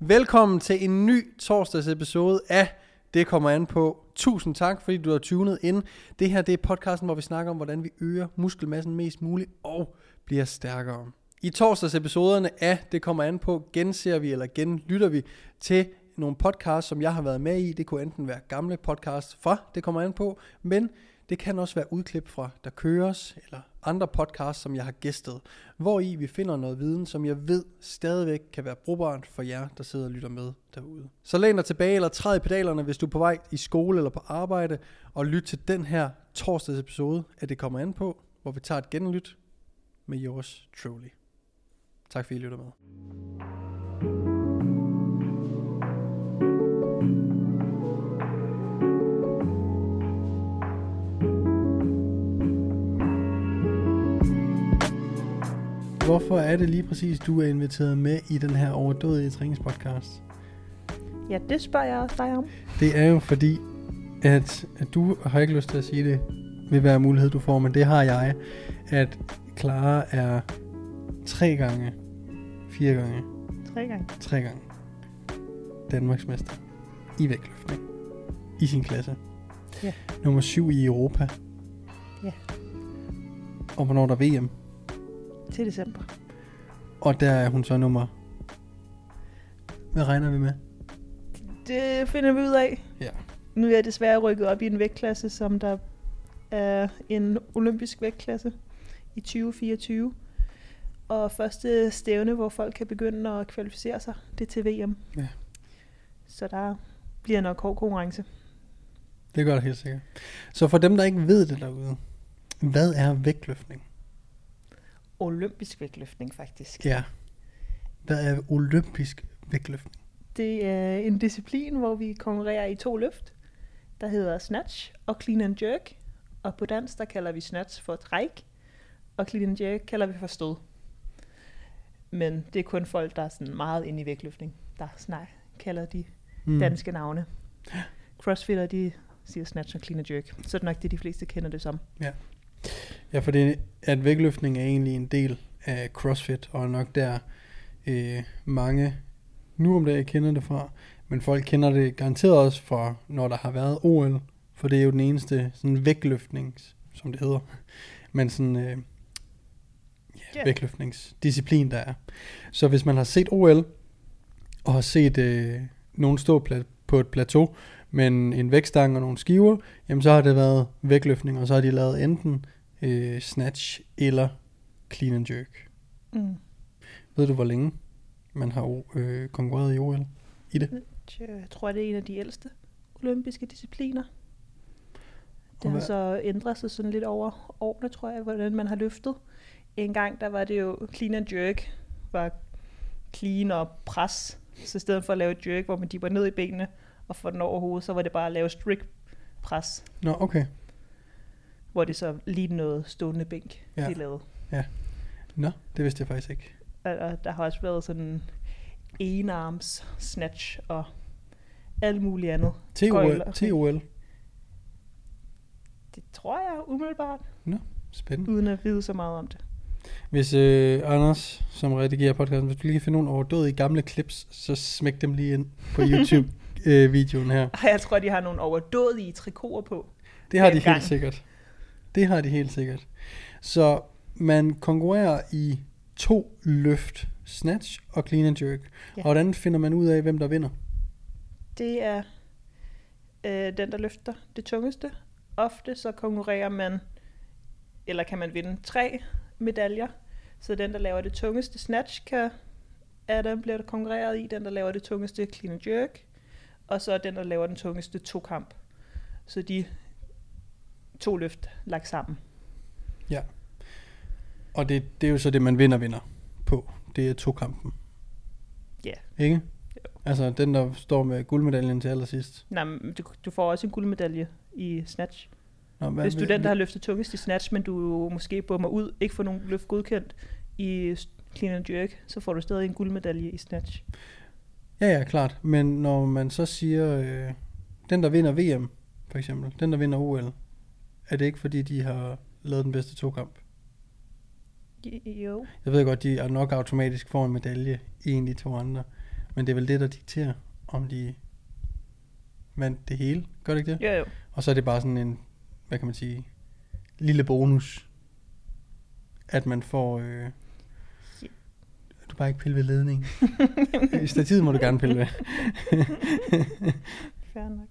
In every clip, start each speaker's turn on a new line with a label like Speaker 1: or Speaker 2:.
Speaker 1: Velkommen til en ny torsdags episode af Det kommer an på. Tusind tak, fordi du har tunet ind. Det her det er podcasten, hvor vi snakker om, hvordan vi øger muskelmassen mest muligt og bliver stærkere. I torsdags episoderne af Det kommer an på, genser vi eller genlytter vi til nogle podcasts, som jeg har været med i. Det kunne enten være gamle podcasts fra Det kommer an på, men det kan også være udklip fra Der køres, eller andre podcasts, som jeg har gæstet, hvor i vi finder noget viden, som jeg ved stadigvæk kan være brugbart for jer, der sidder og lytter med derude. Så læn dig tilbage eller træd i pedalerne, hvis du er på vej i skole eller på arbejde, og lyt til den her torsdags episode af Det kommer an på, hvor vi tager et genlyt med yours truly. Tak fordi I lytter med. Hvorfor er det lige præcis, du er inviteret med i den her overdådige træningspodcast?
Speaker 2: Ja, det spørger jeg også dig om.
Speaker 1: Det er jo fordi, at du har ikke lyst til at sige det, vil være mulighed du får, men det har jeg, at Clara er 3 gange Danmarksmester i vægtløftning i sin klasse.
Speaker 2: Ja.
Speaker 1: Nummer 7 i Europa.
Speaker 2: Ja.
Speaker 1: Og hvornår der er VM?
Speaker 2: Til december.
Speaker 1: Og der er hun så nummer... Hvad regner vi med?
Speaker 2: Det finder vi ud af.
Speaker 1: Ja.
Speaker 2: Nu er jeg desværre rykket op i en vægtklasse, som der er en olympisk vægtklasse i 2024. Og første stævne, hvor folk kan begynde at kvalificere sig, det er til VM.
Speaker 1: Ja.
Speaker 2: Så der bliver nok hård konkurrence.
Speaker 1: Det gør det helt sikkert. Så for dem, der ikke ved det derude, hvad er vægtløftning?
Speaker 2: Olympisk vægtløftning, faktisk.
Speaker 1: Ja. Hvad er olympisk vægtløftning?
Speaker 2: Det er en disciplin, hvor vi konkurrerer i 2 løft, der hedder snatch og clean and jerk. Og på dansk, der kalder vi snatch for træk, og clean and jerk kalder vi for stød. Men det er kun folk, der er sådan meget inde i vægtløftning, der kalder de danske navne. Crossfitter, de siger snatch og clean and jerk. Så er det nok det, de fleste kender det som.
Speaker 1: Ja. Ja, for det, at vægtløftning er egentlig en del af CrossFit, og nok der mange nu om dagen kender det fra, men folk kender det garanteret også fra, når der har været OL, for det er jo den eneste sådan vægtløftning, som det hedder, men sådan vægtløftningsdisciplin, der er. Så hvis man har set OL, og har set nogen stå på et plateau, med en vægtstang og nogle skiver, jamen så har det været vægtløftning, og så har de lavet enten snatch eller clean and jerk. Ved du, hvor længe man har konkurreret i OL i det?
Speaker 2: Jeg tror, det er en af de ældste olympiske discipliner. Det har så ændret sig sådan lidt over årene, tror jeg, hvordan man har løftet. En gang, der var det jo clean and jerk, var clean og pres. Så i stedet for at lave et jerk, hvor man dipper ned i benene og får den over hovedet, så var det bare at lave strict pres.
Speaker 1: Nå, okay.
Speaker 2: Hvor det så lige noget stående bænk, de lavede. Ja.
Speaker 1: Nå, det vidste jeg faktisk ikke.
Speaker 2: Og der har også været sådan enarms snatch og alt muligt andet.
Speaker 1: Til OL?
Speaker 2: Det tror jeg umiddelbart.
Speaker 1: Nå, spændende.
Speaker 2: Uden at vide så meget om det.
Speaker 1: Hvis Anders, som redigerer podcasten, hvis du lige kan finde nogle overdådige gamle clips, så smæk dem lige ind på YouTube-videoen her.
Speaker 2: Jeg tror, de har nogle overdådige trikoter på.
Speaker 1: Det har de helt sikkert. Det har de helt sikkert. Så man konkurrerer i 2 løft, snatch og clean and jerk. Ja. Og hvordan finder man ud af, hvem der vinder?
Speaker 2: Det er den, der løfter det tungeste. Ofte så konkurrerer man, eller kan man vinde 3 medaljer. Så den, der laver det tungeste snatch, bliver der konkurreret i. Den, der laver det tungeste clean and jerk. Og så den, der laver den tungeste 2-kamp. Så de 2 løft lagt sammen.
Speaker 1: Ja. Og det er jo så det, man vinder på. Det er 2-kampen.
Speaker 2: Ja.
Speaker 1: Ikke?
Speaker 2: Jo.
Speaker 1: Altså den, der står med guldmedaljen til allersidst.
Speaker 2: Nej, men du får også en guldmedalje i snatch.
Speaker 1: Nå,
Speaker 2: hvis du er den, der har løftet tungest i snatch, men du måske bommer ud, ikke får nogen løft godkendt i clean and jerk, så får du stadig en guldmedalje i snatch.
Speaker 1: Ja, klart. Men når man så siger, den, der vinder VM, for eksempel, den, der vinder OL, er det ikke, fordi de har lavet den bedste 2-kamp?
Speaker 2: Jo.
Speaker 1: Jeg ved godt, de er nok automatisk får en medalje i en af de 2 andre. Men det er vel det, der dikterer, om de vandt det hele. Gør det ikke det?
Speaker 2: Jo.
Speaker 1: Og så er det bare sådan en, hvad kan man sige, lille bonus, at man får... Du bare ikke pille ved ledningen. I stativet må du gerne pille ved.
Speaker 2: Fair nok.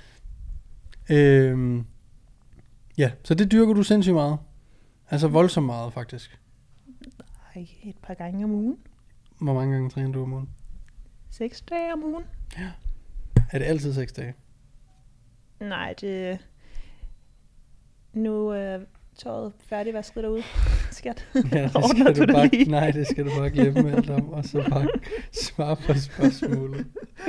Speaker 1: Ja, så det dyrker du sindssygt meget. Altså voldsomt meget, faktisk.
Speaker 2: Ej, et par gange om ugen.
Speaker 1: Hvor mange gange træner du om ugen?
Speaker 2: 6 dage om ugen.
Speaker 1: Ja. Er det altid 6 dage?
Speaker 2: Nej, det... Nu er tøjet færdigvasket derude. Skat.
Speaker 1: Ja, det skal du bare, nej, det skal du bare glemme alt om, og så bare svare på spørgsmålet.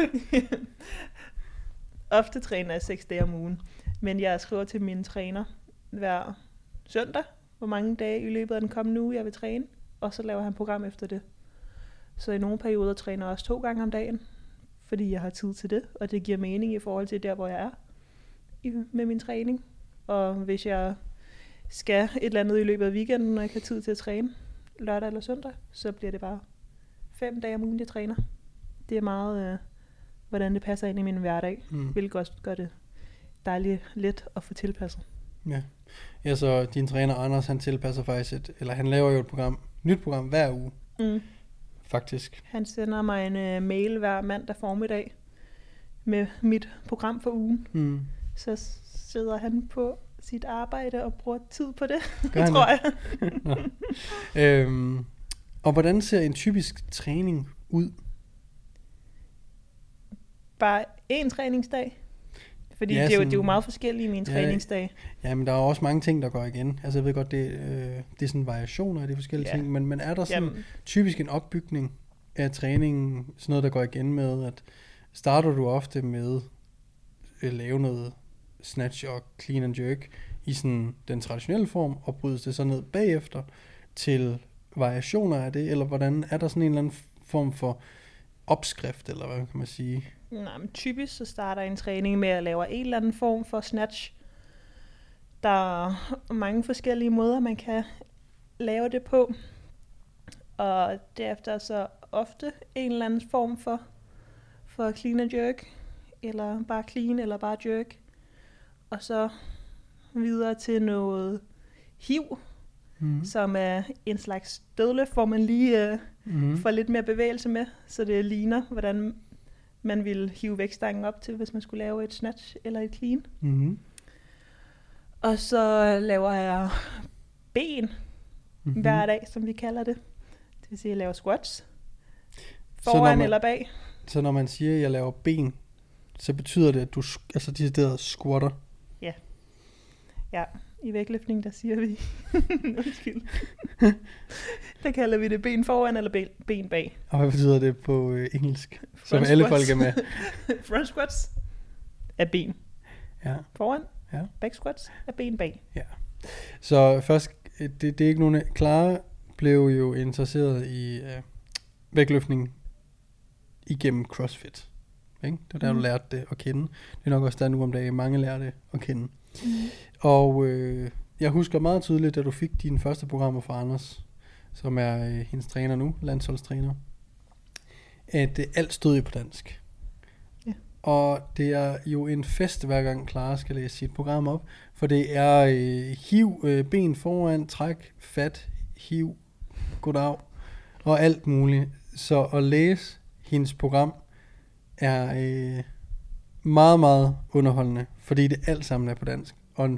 Speaker 2: Ofte træner jeg 6 dage om ugen, men jeg skriver til min træner hver søndag, hvor mange dage i løbet af den kommende uge jeg vil træne, og så laver han program efter det. Så i nogle perioder træner jeg også 2 gange om dagen, fordi jeg har tid til det, og det giver mening i forhold til der, hvor jeg er med min træning. Og hvis jeg skal et eller andet i løbet af weekenden, når jeg ikke har tid til at træne, lørdag eller søndag, så bliver det bare 5 dage om ugen, jeg træner. Det er meget, hvordan det passer ind i min hverdag, hvilket også gør det dejligt let at få tilpasset.
Speaker 1: Ja. Ja, så din træner Anders, han tilpasser faktisk han laver jo et nyt program hver uge. Faktisk.
Speaker 2: Han sender mig en mail hver mandag formiddag med mit program for ugen. Så sidder han på sit arbejde og bruger tid på det, tror jeg.
Speaker 1: Og hvordan ser en typisk træning ud?
Speaker 2: Bare 1 træningsdag. Fordi det er jo meget forskellige i mine træningsdage. Ja,
Speaker 1: men der er også mange ting, der går igen. Altså jeg ved godt, det er sådan variationer af de forskellige ting, men er der sådan typisk en opbygning af træningen, sådan noget, der går igen med, at starter du ofte med at lave noget snatch og clean and jerk i sådan den traditionelle form, og brydes det så ned bagefter til variationer af det, eller hvordan er der sådan en eller anden form for opskrift, eller hvad kan man sige?
Speaker 2: Nej, men typisk så starter en træning med at lave en eller anden form for snatch. Der er mange forskellige måder, man kan lave det på. Og derefter så ofte en eller anden form for clean and jerk, eller bare clean, eller bare jerk. Og så videre til noget hiv, som er en slags dødløft, hvor man lige får lidt mere bevægelse med, så det ligner, hvordan man ville hive vægtstangen op til, hvis man skulle lave et snatch eller et clean. Og så laver jeg ben hver dag, som vi kalder det. Det vil sige, at jeg laver squats. Foran eller bag.
Speaker 1: Så når man siger, at jeg laver ben, så betyder det, at du decideret squatter?
Speaker 2: Ja. Ja, i vægtløftning, der siger vi. Undskyld. Der kalder vi det ben foran eller ben bag.
Speaker 1: Og hvad betyder det på engelsk? Så alle folk er med.
Speaker 2: Front squats er ben.
Speaker 1: Ja.
Speaker 2: Foran. Ja. Back squats er ben bag.
Speaker 1: Ja. Så først, det er ikke nogen... Clara blev jo interesseret i vægtløftning igennem CrossFit. Ikke? Det var der, du lærte det at kende. Det er nok også der nu om dagen, mange lærer det at kende. Og jeg husker meget tydeligt, da du fik dine første programmer fra Anders, som er hendes træner nu, landsholdstræner, at alt stod jo på dansk.
Speaker 2: Ja.
Speaker 1: Og det er jo en fest, hver gang Clara skal læse sit program op, for det er hiv, ben foran, træk, fat, hiv, goddag, og alt muligt. Så at læse hendes program er meget, meget underholdende, fordi det alt sammen er på dansk. Og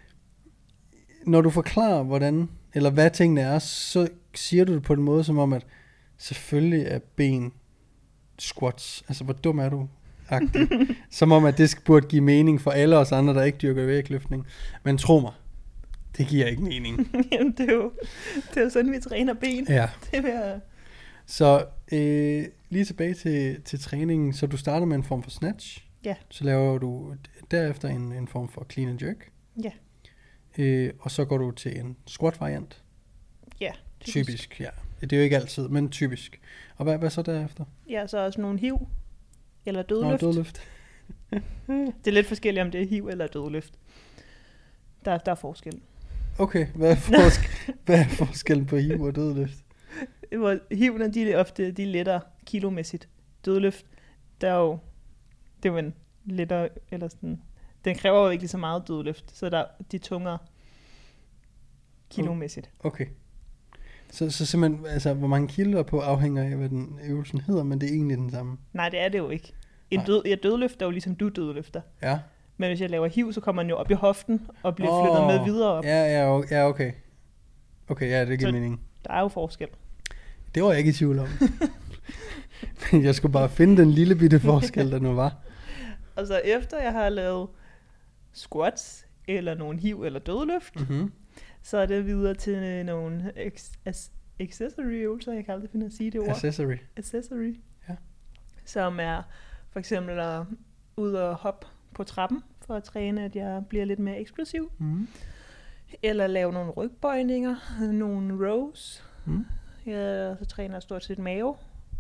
Speaker 1: når du forklarer, hvordan, eller hvad tingene er, så siger du det på en måde, som om, at selvfølgelig er ben squats. Altså, hvor dum er du? Som om, at det burde give mening for alle os andre, der ikke dyrker vægtløftning. Men tro mig, det giver ikke mening.
Speaker 2: Jamen, det er jo sådan, vi træner ben.
Speaker 1: Ja.
Speaker 2: Det vil
Speaker 1: Så lige tilbage til træningen. Så du starter med en form for snatch.
Speaker 2: Ja. Så
Speaker 1: laver du derefter en form for clean and jerk.
Speaker 2: Ja.
Speaker 1: Og så går du til en squat variant.
Speaker 2: Ja.
Speaker 1: Typisk, ja. Det er jo ikke altid, men typisk. Og hvad så derefter?
Speaker 2: Ja, så også nogle hiv eller dødløft.
Speaker 1: Dødløft.
Speaker 2: Det er lidt forskelligt, om det er hiv eller dødløft. Der er forskel.
Speaker 1: Okay, hvad er forskellen på hiv og dødløft?
Speaker 2: Hivene, de er ofte lettere kilomæssigt dødløft, der er jo, det er jo en lettere, eller sådan, den kræver jo ikke lige så meget dødløft, så der de tungere kilomæssigt.
Speaker 1: Okay. Så simpelthen, altså, hvor mange kilo er på afhænger af, hvad den øvelsen hedder, men det er egentlig den samme.
Speaker 2: Nej, det er det jo ikke. Jeg dødløfter jo ligesom du dødløfter.
Speaker 1: Ja.
Speaker 2: Men hvis jeg laver hiv, så kommer den jo op i hoften og bliver flyttet med videre op.
Speaker 1: Ja, okay. Okay, ja, det giver
Speaker 2: så
Speaker 1: mening.
Speaker 2: Der er jo forskel.
Speaker 1: Det var jeg ikke i tvivl om. Men jeg skulle bare finde den lille bitte forskel, der nu var. Og
Speaker 2: så efter jeg har lavet squats, eller nogle hiv eller dødløft, så er det videre til nogle accessory-øvelser. Jeg kan aldrig finde at sige det ord. Accessory.
Speaker 1: Ja.
Speaker 2: Som er for eksempel at ud og hoppe på trappen, for at træne, at jeg bliver lidt mere eksplosiv. Eller lave nogle rygbøjninger, nogle rows. Så træner jeg stort set mave.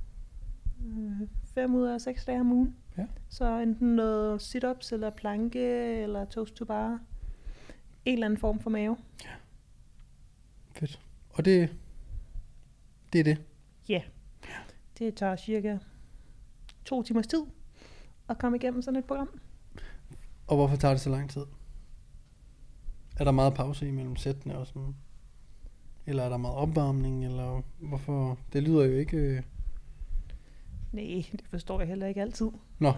Speaker 2: 5 ud af 6 dage om ugen.
Speaker 1: Ja.
Speaker 2: Så enten noget sit-ups, eller planke, eller toast to bar. En eller anden form for mave.
Speaker 1: Ja. Fedt. Og det er det?
Speaker 2: Ja. Det tager cirka 2 timers tid at komme igennem sådan et program.
Speaker 1: Og hvorfor tager det så lang tid? Er der meget pause imellem sættene og sådan? Eller er der meget opvarmning? Eller hvorfor? Det lyder jo ikke...
Speaker 2: Nej, det forstår jeg heller ikke altid.
Speaker 1: Nå.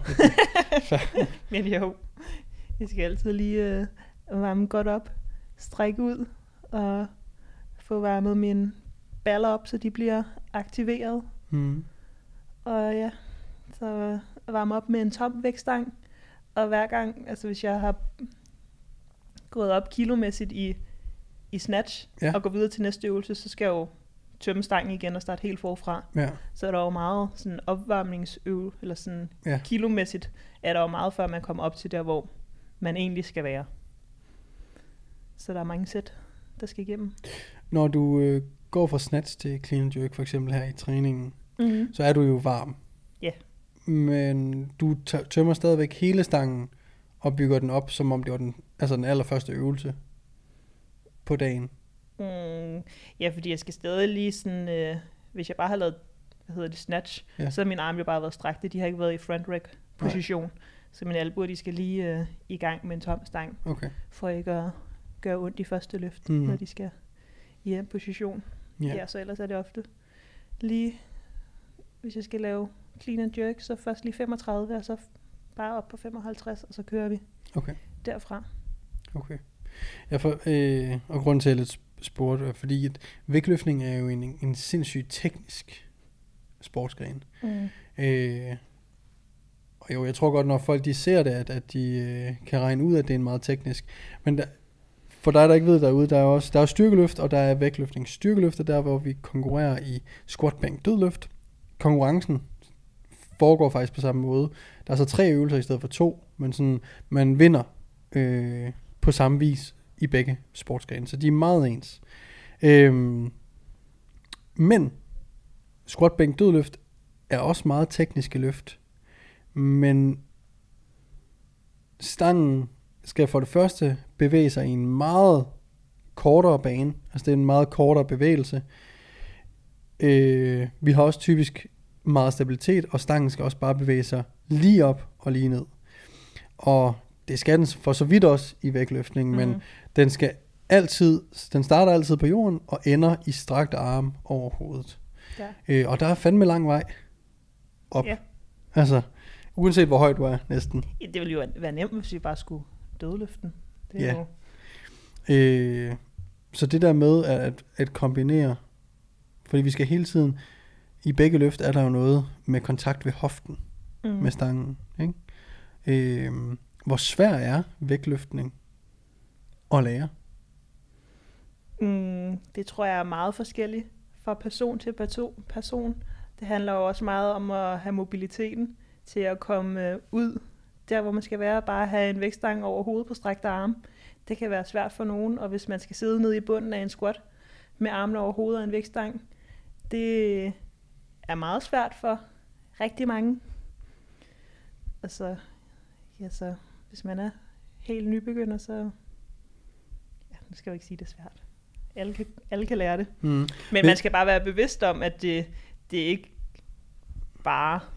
Speaker 2: Men jo, jeg skal altid lige varme godt op, strække ud og få varmet mine baller op, så de bliver aktiveret. Og ja, så varme op med en tom vægtstang. Og hver gang, altså hvis jeg har gået op kilomæssigt i snatch, og gå videre til næste øvelse, så skal jeg jo tømme stangen igen og starte helt forfra.
Speaker 1: Ja.
Speaker 2: Så er der jo meget sådan opvarmningsøvelse, eller sådan kilomæssigt, er der jo meget før man kommer op til der, hvor man egentlig skal være. Så der er mange sæt, der skal igennem.
Speaker 1: Når du går fra snatch til clean and jerk, for eksempel her i træningen, så er du jo varm.
Speaker 2: Ja.
Speaker 1: Men du tømmer stadigvæk hele stangen og bygger den op, som om det var den allerførste øvelse på dagen.
Speaker 2: Ja, fordi jeg skal stadig lige sådan, hvis jeg bare har lavet, snatch, så har mine arme jo bare været strakte. De har ikke været i front rack position. Nej. Så mine albuer, de skal lige i gang med en tom stang.
Speaker 1: Okay.
Speaker 2: For ikke at gøre ondt i første løft, når de skal i en position. Ja, så ellers er det ofte lige, hvis jeg skal lave clean and jerk, så først lige 35, og så bare op på 55, og så kører vi derfra. Okay.
Speaker 1: Og grunden til, at jeg lidt spurgte, er fordi, at vægtløftning er jo en sindssygt teknisk sportsgren. Og jo, jeg tror godt, når folk de ser det, at de kan regne ud, at det er en meget teknisk. Men for dig, der ikke ved derude, der er jo styrkeløft, og der er vægtløftning. Styrkeløft er der, hvor vi konkurrerer i squat, bænk, dødløft. Konkurrencen foregår faktisk på samme måde. Der er så 3 øvelser i stedet for 2, men sådan, man vinder på samme vis i begge sportsgrene, så de er meget ens. Men squat, bænk, dødløft er også meget tekniske løft, men stangen skal for det første bevæge sig i en meget kortere bane, altså det er en meget kortere bevægelse. Vi har også typisk meget stabilitet, og stangen skal også bare bevæge sig lige op og lige ned. Og det skal den for så vidt også i vægtløftning, men den starter altid på jorden og ender i strakte arme over hovedet. Ja. Og der er fandme lang vej op. Ja. Altså, uanset hvor højt du er, næsten.
Speaker 2: Ja, det ville jo være nemt, hvis vi bare skulle dødløfte den. Det er
Speaker 1: jo. Så det der med at kombinere, fordi vi skal hele tiden, i begge løft er der jo noget med kontakt ved hoften med stangen. Ikke? Hvor svær er vægtløftning at lære?
Speaker 2: Det tror jeg er meget forskelligt fra person til person. Det handler jo også meget om at have mobiliteten til at komme ud der, hvor man skal være, bare have en vægtstang over hovedet på strakte arme. Det kan være svært for nogen, og hvis man skal sidde nede i bunden af en squat med armene over hovedet og en vægtstang, det er meget svært for rigtig mange. Altså, så hvis man er helt nybegynder, så nu skal jeg jo ikke sige, det er svært. Alle kan lære det. Men man skal bare være bevidst om, at det ikke bare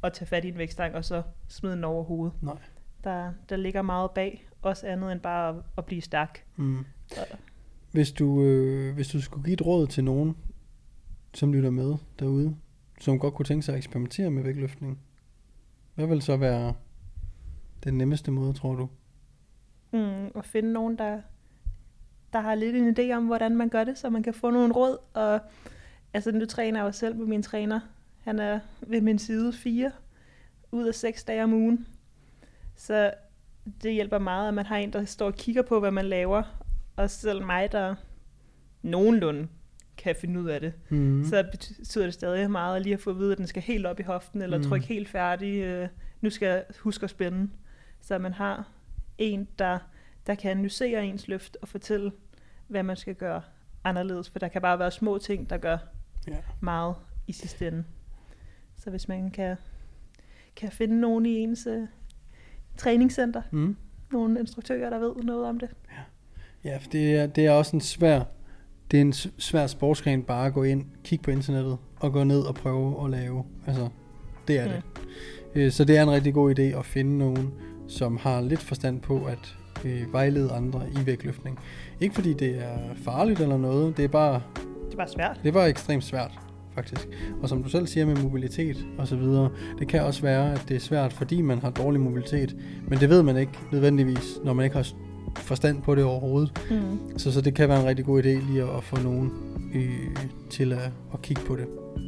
Speaker 2: at tage fat i en vægtstang og så smide den over hovedet.
Speaker 1: Nej.
Speaker 2: Der ligger meget bag, også andet end bare at blive stærk.
Speaker 1: Hvis du skulle give et råd til nogen, som lytter med derude, som godt kunne tænke sig at eksperimentere med vægtløftning, hvad vil så være den nemmeste måde, tror du?
Speaker 2: At finde nogen, der har lidt en idé om, hvordan man gør det, så man kan få nogle råd. Og altså, nu træner jeg jo selv med min træner. Han er ved min side 4 ud af 6 dage om ugen. Så det hjælper meget, at man har en, der står og kigger på, hvad man laver. Og selv mig, der nogenlunde kan finde ud af det. Så betyder det stadig meget lige at få at vide, at den skal helt op i hoften, eller trykke helt færdig. Nu skal jeg huske at spænde. Så man har en, der kan analysere ens løft og fortælle, hvad man skal gøre anderledes. For der kan bare være små ting, der gør meget i sidste ende. Så hvis man kan finde nogen i ens træningscenter, nogle instruktører, der ved noget om det.
Speaker 1: Ja, for det er også en svær sportsgren bare at gå ind, kigge på internettet og gå ned og prøve at lave. Altså, det er det. Så det er en rigtig god idé at finde nogen, som har lidt forstand på at vejlede andre i vægtløftning. Ikke fordi det er farligt eller noget, det er bare
Speaker 2: svært.
Speaker 1: Det er bare ekstremt svært, faktisk. Og som du selv siger med mobilitet og så videre, det kan også være, at det er svært, fordi man har dårlig mobilitet, men det ved man ikke nødvendigvis, når man ikke har forstand på det overhovedet. Så det kan være en rigtig god idé lige at få nogen til at kigge på det.